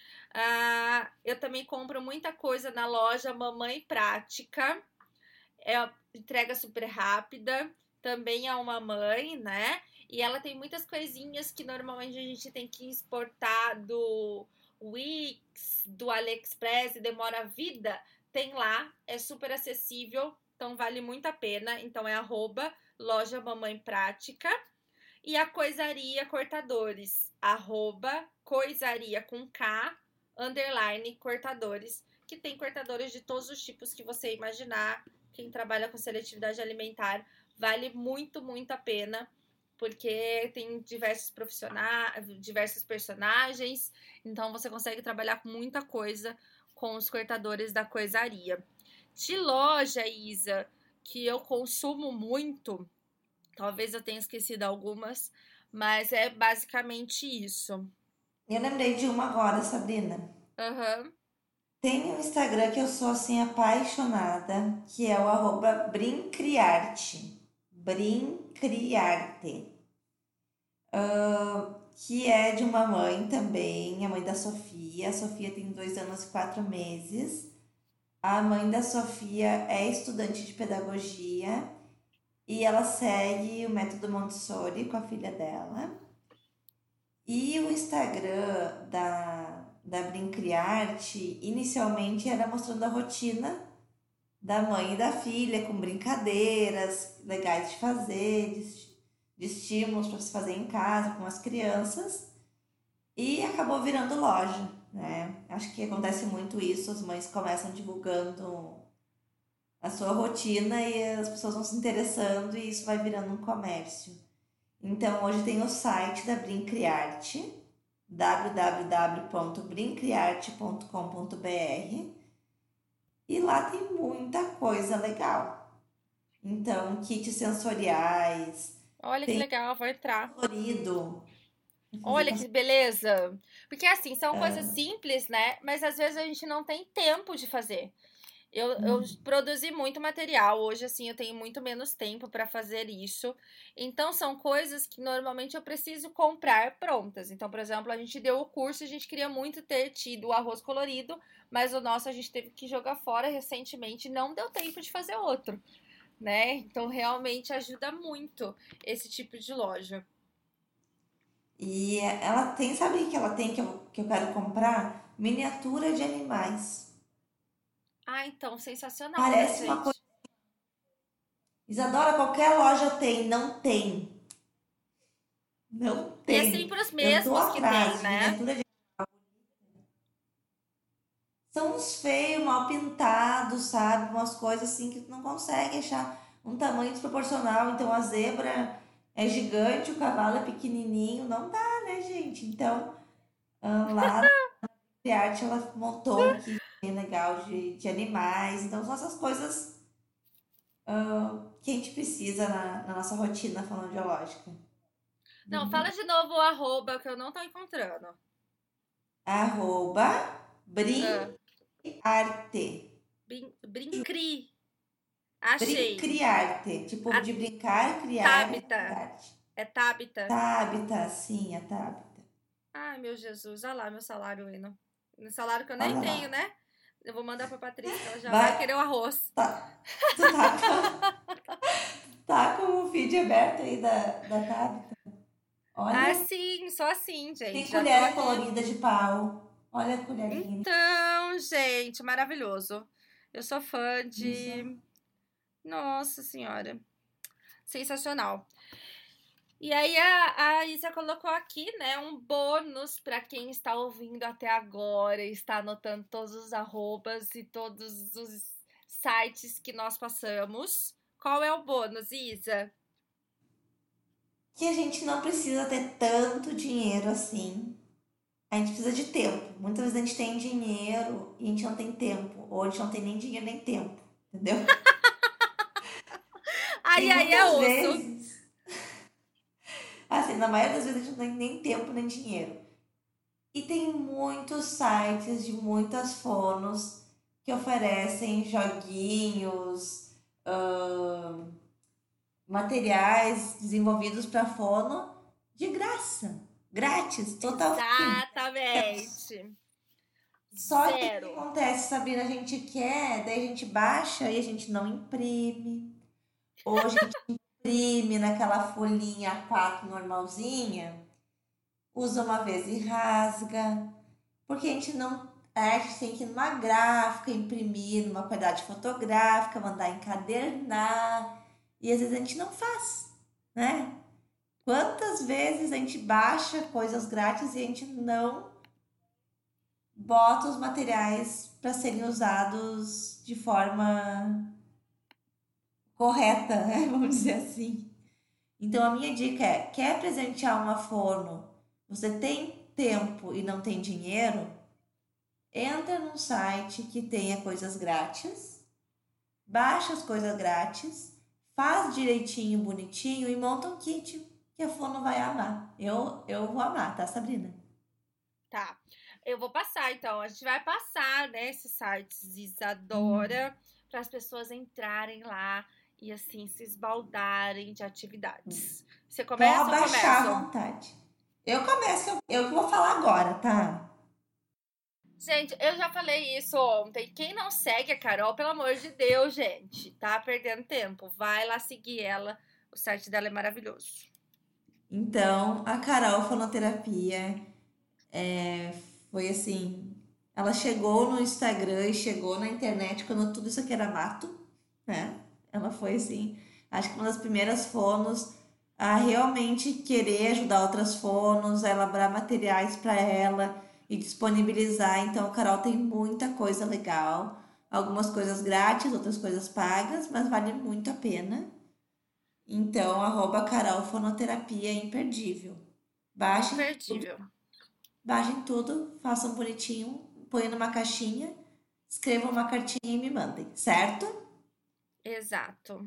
Eu também compro muita coisa na loja Mamãe Prática. É entrega super rápida. Também é uma mãe, né? E ela tem muitas coisinhas que normalmente a gente tem que exportar do Wix, do AliExpress e demora a vida. Tem lá, é super acessível, então vale muito a pena. Então é @loja Mamãe Prática. E a Coisaria Cortadores, @coisaria com K, _cortadores, que tem cortadores de todos os tipos que você imaginar. Quem trabalha com seletividade alimentar vale muito, muito a pena, porque tem diversos profissionais, diversos personagens, então você consegue trabalhar com muita coisa com os cortadores da Coisaria. De loja, Isa, que eu consumo muito, talvez eu tenha esquecido algumas, mas é basicamente isso. Eu lembrei de uma agora, Sabrina. Aham. Tem um Instagram que eu sou assim apaixonada, que é o @brincriarte. Brincriarte. Que é de uma mãe também, a mãe da Sofia. A Sofia tem 2 anos e 4 meses. A mãe da Sofia é estudante de pedagogia e ela segue o método Montessori com a filha dela. E o Instagram da Brincriarte inicialmente era mostrando a rotina da mãe e da filha, com brincadeiras legais de fazer, de estímulos para se fazer em casa com as crianças. E acabou virando loja, né? Acho que acontece muito isso, as mães começam divulgando a sua rotina e as pessoas vão se interessando e isso vai virando um comércio. Então hoje tem o site da Brincriarte, www.brincriarte.com.br, e lá tem muita coisa legal. Então, kits sensoriais, Olha que legal, vou entrar. colorido. Olha que beleza. Porque assim, são coisas simples, né? Mas às vezes a gente não tem tempo de fazer. Eu produzi muito material. Hoje, assim, eu tenho muito menos tempo para fazer isso. Então, são coisas que normalmente eu preciso comprar prontas. Então, por exemplo, a gente deu o curso, a gente queria muito ter tido o arroz colorido, mas o nosso a gente teve que jogar fora recentemente, não deu tempo de fazer outro, né? Então, realmente ajuda muito esse tipo de loja. E ela tem, sabe o que ela tem que eu quero comprar? Miniatura de animais. Ah, então, sensacional, né, Parece uma coisa. gente? Isadora, qualquer loja tem, não tem. Não E é tem. sempre os Eu tô mesmos que tem, atrás de né? miniatura de. São uns feios, mal pintados, sabe? Umas coisas assim que tu não consegue achar um tamanho desproporcional. Então a zebra é gigante, o cavalo é pequenininho. Não dá, né, gente? Então, lá na arte ela montou um kit bem legal de animais. Então são essas coisas que a gente precisa na nossa rotina fonoaudiológica. Não, fala de novo o arroba que eu não tô encontrando. Arroba Ah, Brincriarte. Brincri. Achei. Brincriarte. Tipo, A de brincar, criar e Tabita. arte. É Tabita. Tabita, sim, a Tabita. Ai, meu Jesus. Olha lá meu salário indo. Um salário que eu nem Olha tenho, lá. né? Eu vou mandar pra Patrícia, que ela já vai Vai, querer o arroz. tá, tu tá com o feed aberto aí da Tabita. Ah, Olha, sim, só assim, tem gente. Já tô colher aqui. colorida de pau. Olha a colherinha. Então, gente, maravilhoso. Eu sou fã de... Isso. Nossa Senhora. Sensacional. E aí a Isa colocou aqui, né, um bônus para quem está ouvindo até agora e está anotando todos os arrobas e todos os sites que nós passamos. Qual é o bônus, Isa? Que a gente não precisa ter tanto dinheiro assim. A gente precisa de tempo. Muitas vezes a gente tem dinheiro e a gente não tem tempo. Ou a gente não tem nem dinheiro nem tempo. Entendeu? E Aí é muitas osso. vezes, assim, na maioria das vezes a gente não tem nem tempo nem dinheiro. E tem muitos sites de muitas fonos que oferecem joguinhos, materiais desenvolvidos para fono de graça. Grátis, totalmente. Exatamente. Só que o que Zero. acontece, Sabrina, a gente quer, daí a gente baixa e a gente não imprime. Ou a gente imprime naquela folhinha A4 normalzinha, usa uma vez e rasga. Porque a gente não. A gente tem que ir numa gráfica, imprimir numa qualidade fotográfica, mandar encadernar. E às vezes a gente não faz, né? Quantas vezes a gente baixa coisas grátis e a gente não bota os materiais para serem usados de forma correta, né? Vamos dizer assim. Então a minha dica é: quer presentear uma fono, você tem tempo e não tem dinheiro? Entra num site que tenha coisas grátis, baixa as coisas grátis, faz direitinho, bonitinho e monta um kit que a fono vai amar. Eu vou amar, tá, Sabrina? Tá. Eu vou passar, então. A gente vai passar, né, esses sites Isadora para as pessoas entrarem lá e, assim, se esbaldarem de atividades. Você Pode começa ou baixar à começo? vontade. Eu começo, eu que vou falar agora, tá? Gente, eu já falei isso ontem. Quem não segue a Carol, pelo amor de Deus, gente, tá perdendo tempo. Vai lá seguir ela. O site dela é maravilhoso. Então, a Carol Fonoterapia foi assim. Ela chegou no Instagram e chegou na internet quando tudo isso aqui era mato, né? Ela foi assim, acho que uma das primeiras fonos a realmente querer ajudar outras fonos, a elaborar materiais para ela e disponibilizar. Então, a Carol tem muita coisa legal, algumas coisas grátis, outras coisas pagas, mas vale muito a pena. Então, @Carol Fonoterapia é imperdível. Baixem tudo, Imperdível. baixem tudo, façam bonitinho, põem numa caixinha, escrevam uma cartinha e me mandem, certo? O Exato.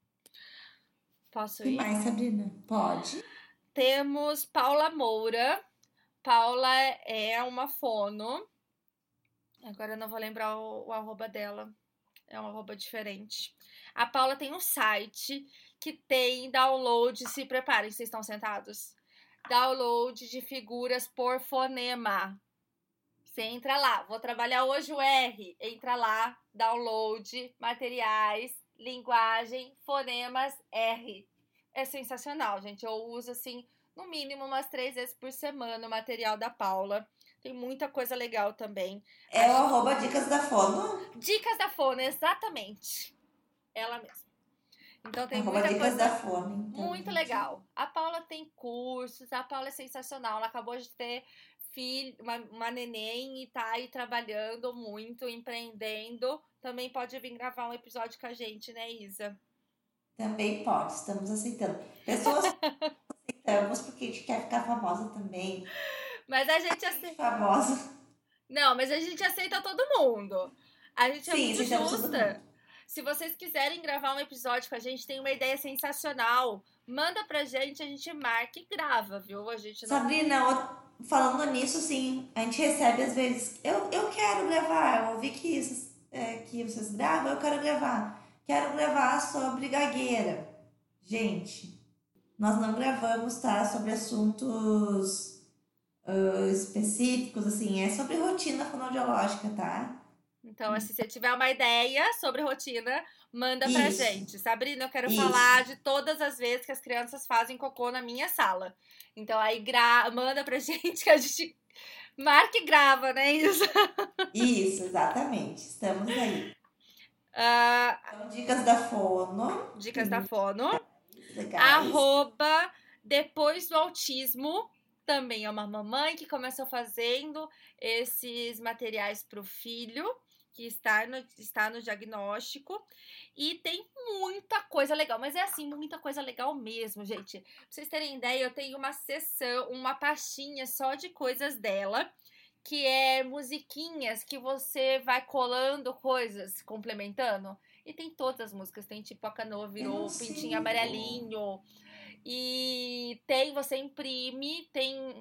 Posso que ir? mais, Sabrina? Pode? Temos Paula Moura. Paula é uma fono. Agora eu não vou lembrar o arroba dela. É um arroba diferente. A Paula tem um site que tem download. Se preparem, vocês estão sentados? Download de figuras por fonema. Você entra lá. Vou trabalhar hoje o R. Entra lá. Download, materiais, linguagem, fonemas R. É sensacional, gente. Eu uso assim, no mínimo umas 3 vezes por semana o material da Paula. Tem muita coisa legal também. É o @Dicas da Fono? Dicas da Fono, exatamente. Ela mesma. Então tem muita Dicas da coisa Fono, então, muito gente. legal. A Paula tem cursos, a Paula é sensacional. Ela acabou de ter filho, uma neném e tá aí trabalhando muito, empreendendo. Também pode vir gravar um episódio com a gente, né, Isa? Também pode, estamos aceitando. Pessoas aceitamos porque a gente quer ficar famosa também. Mas a gente Gente famosa. Não, mas a gente aceita todo mundo. A gente é Sim, muito aceitamos todo mundo. justa. Se vocês quiserem gravar um episódio com a gente, tem uma ideia sensacional. Manda pra gente, a gente marca e grava, viu? A gente não. Sabrina, falando nisso, sim, a gente recebe às vezes. Eu quero gravar, eu ouvi que vocês gravam, eu quero gravar. Quero gravar sobre gagueira. Gente, nós não gravamos, tá? Sobre assuntos específicos, assim, é sobre rotina fonoaudiológica, tá? Então, assim, se você tiver uma ideia sobre rotina, manda pra Isso, gente. Sabrina, eu quero isso. falar de todas as vezes que as crianças fazem cocô na minha sala. Então, aí manda pra gente que a gente Marca e grava, né? Isso. Isso, exatamente. Estamos aí. Ah, Então, dicas da Fono. dicas Tem da muitas Fono. legais. Arroba depois do autismo. Também é uma mamãe que começou fazendo esses materiais para o filho, que está no diagnóstico. E tem muita coisa legal, mas é assim, muita coisa legal mesmo, gente. Pra vocês terem ideia, eu tenho uma seção, uma pastinha só de coisas dela, que é musiquinhas que você vai colando coisas, complementando. E tem todas as músicas, tem tipo A Canoa Eu não Virou, Pintinho sigo. Amarelinho, e tem, você imprime, tem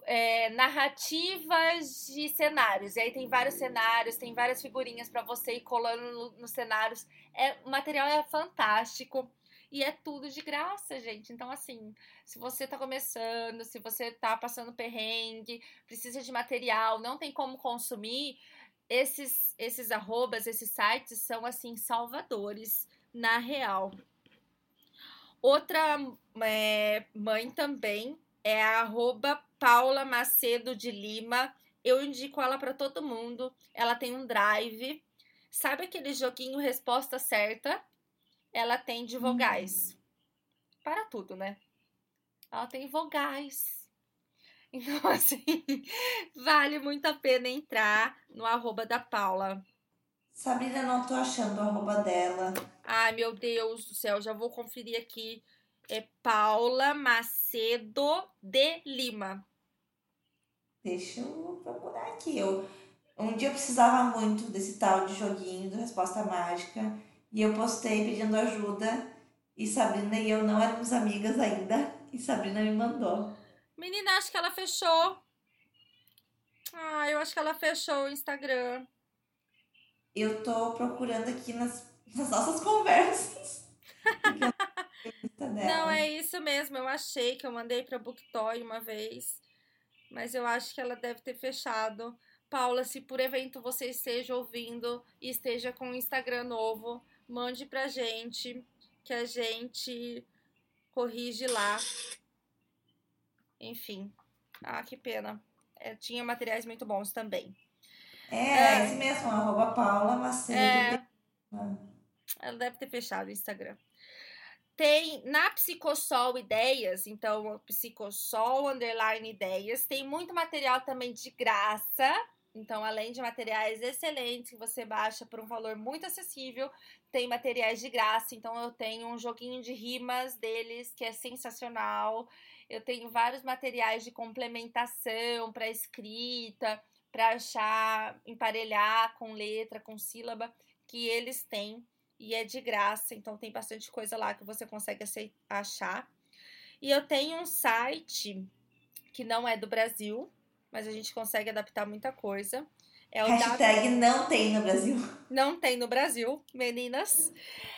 narrativas de cenários. E aí tem vários cenários, tem várias figurinhas para você ir colando nos cenários. O material é fantástico. E é tudo de graça, gente. Então, assim, se você tá começando, se você tá passando perrengue, precisa de material, não tem como consumir, esses arrobas, esses sites são, assim, salvadores na real. Outra mãe também é a arroba Paula Macedo de Lima. Eu indico ela para todo mundo. Ela tem um drive. Sabe aquele joguinho resposta certa? Ela tem de vogais. Para tudo, né? Ela tem vogais. Então, assim, vale muito a pena entrar no arroba da Paula. Sabrina, não tô achando o arroba dela. Ai, meu Deus do céu, já vou conferir aqui. É Paula Macedo de Lima. Deixa eu procurar aqui. Um dia eu precisava muito desse tal de joguinho do Resposta Mágica. E eu postei pedindo ajuda. E Sabrina e eu não éramos amigas ainda. E Sabrina me mandou. Menina, acho que ela fechou. Ah, eu acho que ela fechou o Instagram. Eu tô procurando aqui nas nossas conversas. Porque eu não sei a lista Não, dela. é isso mesmo. Eu achei que eu mandei pra Booktoy uma vez. Mas eu acho que ela deve ter fechado. Paula, se por evento você esteja ouvindo e esteja com um Instagram novo, mande pra gente que a gente corrige lá. Enfim. Ah, que pena. Tinha materiais muito bons também. É esse mesmo, arroba Paula Macedo de... É, ela deve ter fechado o Instagram. Tem na Psicossol Ideias, então Psicossol underline Ideias, tem muito material também de graça. Então, além de materiais excelentes que você baixa por um valor muito acessível, tem materiais de graça. Então, eu tenho um joguinho de rimas deles que é sensacional. Eu tenho vários materiais de complementação para escrita, para achar, emparelhar com letra, com sílaba, que eles têm e é de graça, então tem bastante coisa lá que você consegue achar. E eu tenho um site que não é do Brasil, mas a gente consegue adaptar muita coisa. É o Hashtag não tem no Brasil. Não tem no Brasil, meninas.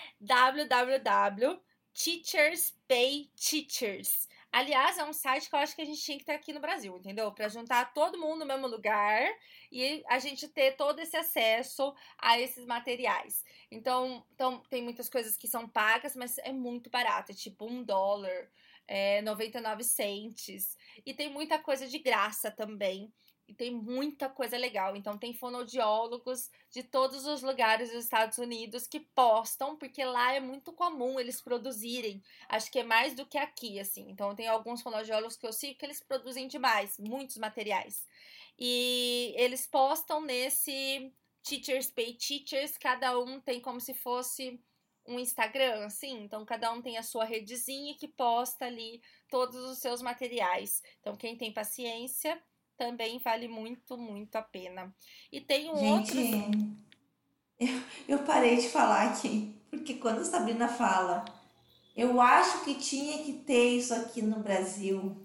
www.teachers.pay.teachers. Aliás, é um site que eu acho que a gente tinha que ter aqui no Brasil, entendeu? Para juntar todo mundo no mesmo lugar e a gente ter todo esse acesso a esses materiais. Então tem muitas coisas que são pagas, mas é muito barato, é tipo $1, 99 cents. E tem muita coisa de graça também. E tem muita coisa legal. Então, tem fonoaudiólogos de todos os lugares dos Estados Unidos que postam, porque lá é muito comum eles produzirem. Acho que é mais do que aqui, assim. Então, tem alguns fonoaudiólogos que eu sigo que eles produzem demais, muitos materiais. E eles postam nesse Teachers Pay Teachers, cada um tem como se fosse um Instagram, assim. Então, cada um tem a sua redezinha que posta ali todos os seus materiais. Então, quem tem paciência também vale muito, muito a pena. E tem outros. Gente, eu parei de falar aqui, porque quando a Sabrina fala, eu acho que tinha que ter isso aqui no Brasil.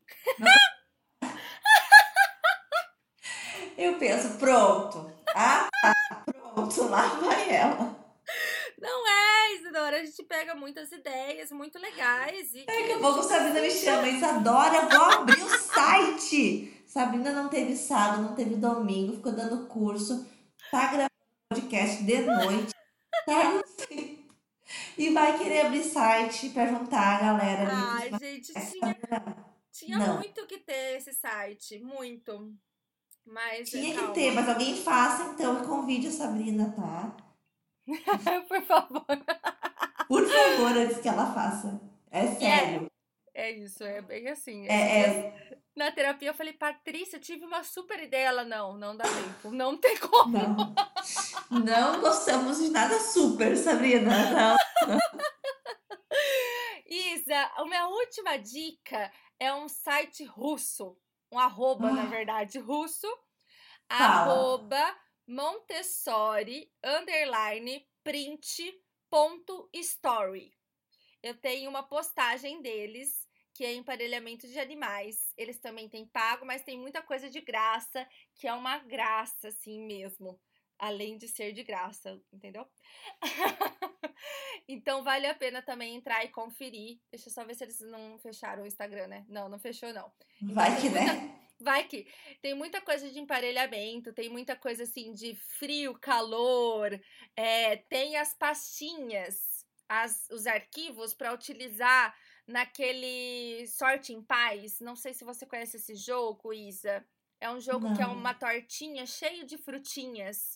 Eu penso, pronto. Ah, pronto, lá vai ela. Não é, Isadora, a gente pega muitas ideias muito legais e que Daqui a a gente pouco a Sabrina me chama, Isadora, eu vou abrir o site. Sabrina não teve sábado, não teve domingo, ficou dando curso, tá gravando podcast de noite, tá? E vai querer abrir site pra juntar a galera ali pros Ai, gente, podcasts. tinha Não. muito que ter esse site, muito. Mas Tinha que ter, calma. mas alguém faça então e convide a Sabrina, tá? Por favor. Por favor, antes que ela faça. É E é, sério. é isso, é bem assim. É, Esses dias é, na terapia eu falei, Patrícia, eu tive uma super ideia. Ela, não dá tempo, não tem como. não. Não gostamos de nada super, Sabrina. Não. Isa, a minha última dica é um site russo, um arroba, na Ah, verdade, russo, fala. arroba Montessori, underline, print, ponto, story. Eu tenho uma postagem deles, que é emparelhamento de animais. Eles também têm pago, mas tem muita coisa de graça, que é uma graça, assim mesmo. Além de ser de graça, entendeu? Então vale a pena também entrar e conferir. Deixa eu só ver se eles não fecharam o Instagram, né? Não fechou, não. Então Vai tem que, muita. né? Vai que tem muita coisa de emparelhamento, tem muita coisa assim de frio, calor, tem as pastinhas, os arquivos para utilizar naquele Sorte em Paz. Não sei se você conhece esse jogo, Isa. É um jogo que é Não, uma tortinha cheio de frutinhas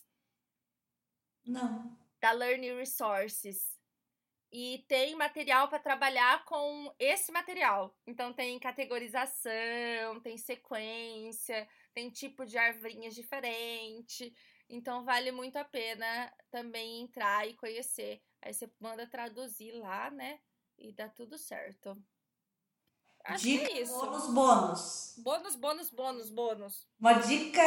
não. da Learning Resources. E tem material para trabalhar com esse material. Então tem categorização, tem sequência, tem tipo de arvorinhas diferente. Então vale muito a pena também entrar e conhecer. Aí você manda traduzir lá, né? E dá tudo certo. Acho que Dica é isso. bônus, bônus. Bônus, bônus, bônus, bônus. Uma dica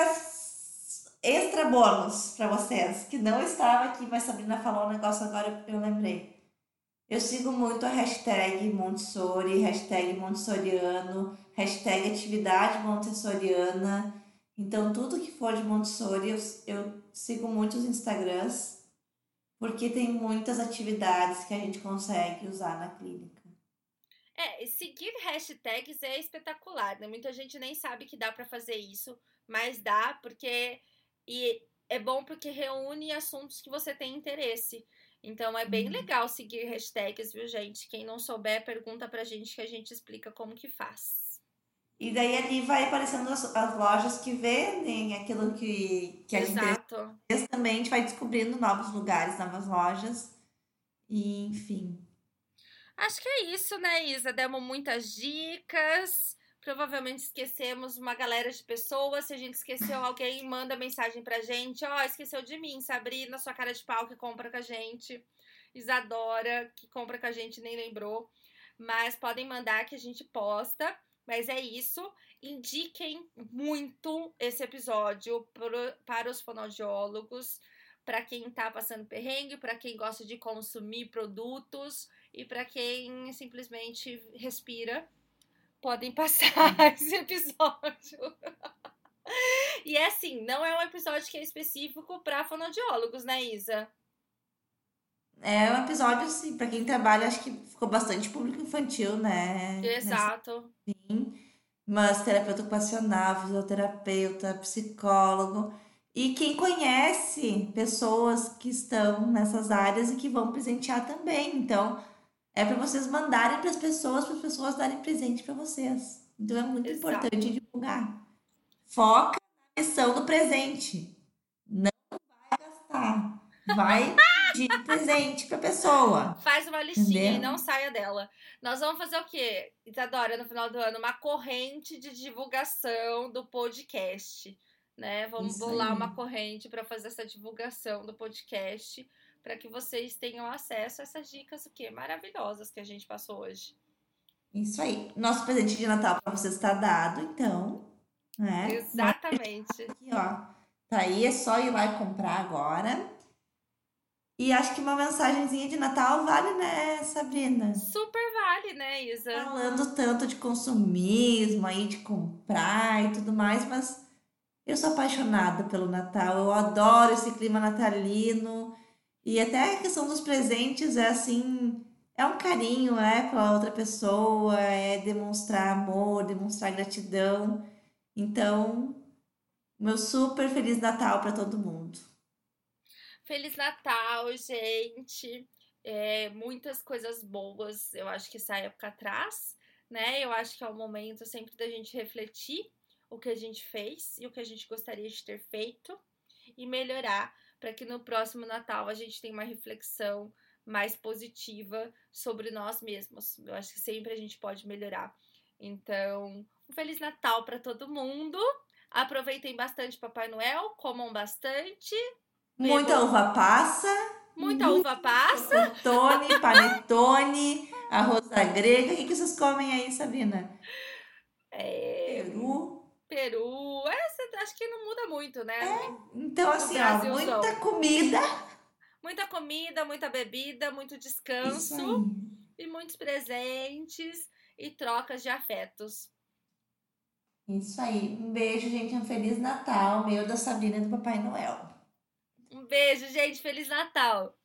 extra bônus pra vocês, que não estava aqui, mas Sabrina falou um negócio agora, eu lembrei. Eu sigo muito a hashtag Montessori, hashtag Montessoriano, hashtag atividade montessoriana. Então, tudo que for de Montessori, eu sigo muitos Instagrams, porque tem muitas atividades que a gente consegue usar na clínica. Seguir hashtags é espetacular, né? Muita gente nem sabe que dá para fazer isso, mas dá porque e é bom porque reúne assuntos que você tem interesse. Então é bem Hum. legal seguir hashtags, viu, gente? Quem não souber, pergunta pra gente que a gente explica como que faz. E daí ali vai aparecendo as lojas que vendem aquilo que é de interesse Exato. também. A gente vai descobrindo novos lugares, novas lojas. E, enfim. Acho que é isso, né, Isa? Demos muitas dicas. Provavelmente esquecemos uma galera de pessoas. Se a gente esqueceu alguém, manda mensagem pra gente. Ó, esqueceu de mim, Sabrina, sua cara de pau que compra com a gente. Isadora, que compra com a gente, nem lembrou. Mas podem mandar que a gente posta. Mas é isso. Indiquem muito esse episódio para os fonoaudiólogos, para quem está passando perrengue, para quem gosta de consumir produtos e para quem simplesmente respira, podem passar esse episódio. E é assim, não é um episódio que é específico para fonoaudiólogos, né, Isa? É um episódio, assim, pra quem trabalha, acho que ficou bastante público infantil, né? Nessa, Exato. mas terapeuta ocupacional, fisioterapeuta, psicólogo. E quem conhece pessoas que estão nessas áreas e que vão presentear também. Então, é para vocês mandarem para as pessoas darem presente para vocês. Então, é muito importante Exato. divulgar. Foca na questão do presente. Não vai gastar. Vai pedir presente para a pessoa. Faz uma listinha e Entendeu? não saia dela. Nós vamos fazer o quê, Isadora, no final do ano? Uma corrente de divulgação do podcast, né? Vamos Isso bolar aí. uma corrente para fazer essa divulgação do podcast, para que vocês tenham acesso a essas dicas o quê? Maravilhosas que a gente passou hoje. Isso aí. Nosso presente de Natal para vocês está dado, então, né? Exatamente. Aqui, ó. Tá aí, é só ir lá e comprar agora. E acho que uma mensagenzinha de Natal vale, né, Sabrina? Super vale, né, Isa? Falando tanto de consumismo aí, de comprar e tudo mais, mas eu sou apaixonada pelo Natal. Eu adoro esse clima natalino. E até a questão dos presentes é assim, é um carinho, né, pela outra pessoa, é demonstrar amor, demonstrar gratidão. Então, meu super feliz Natal para todo mundo. Feliz Natal, gente. Muitas coisas boas, eu acho que essa época traz, né? Eu acho que é o momento sempre da gente refletir o que a gente fez e o que a gente gostaria de ter feito e melhorar para que no próximo Natal a gente tenha uma reflexão mais positiva sobre nós mesmos. Eu acho que sempre a gente pode melhorar. Então, um Feliz Natal para todo mundo. Aproveitem bastante Papai Noel, comam bastante, Muita uva passa, muita uva passa. chocotone, panetone, arroz à grega. O que vocês comem aí, Sabina? Peru. Peru, acho que não muda muito, né? Então, No assim, ó, Brasilzão. muita comida. Muita comida, muita bebida, muito Isso descanso aí. e muitos presentes e trocas de afetos. Isso aí. Um beijo, gente. Um Feliz Natal. Meu, da Sabrina e do Papai Noel. Um beijo, gente. Feliz Natal!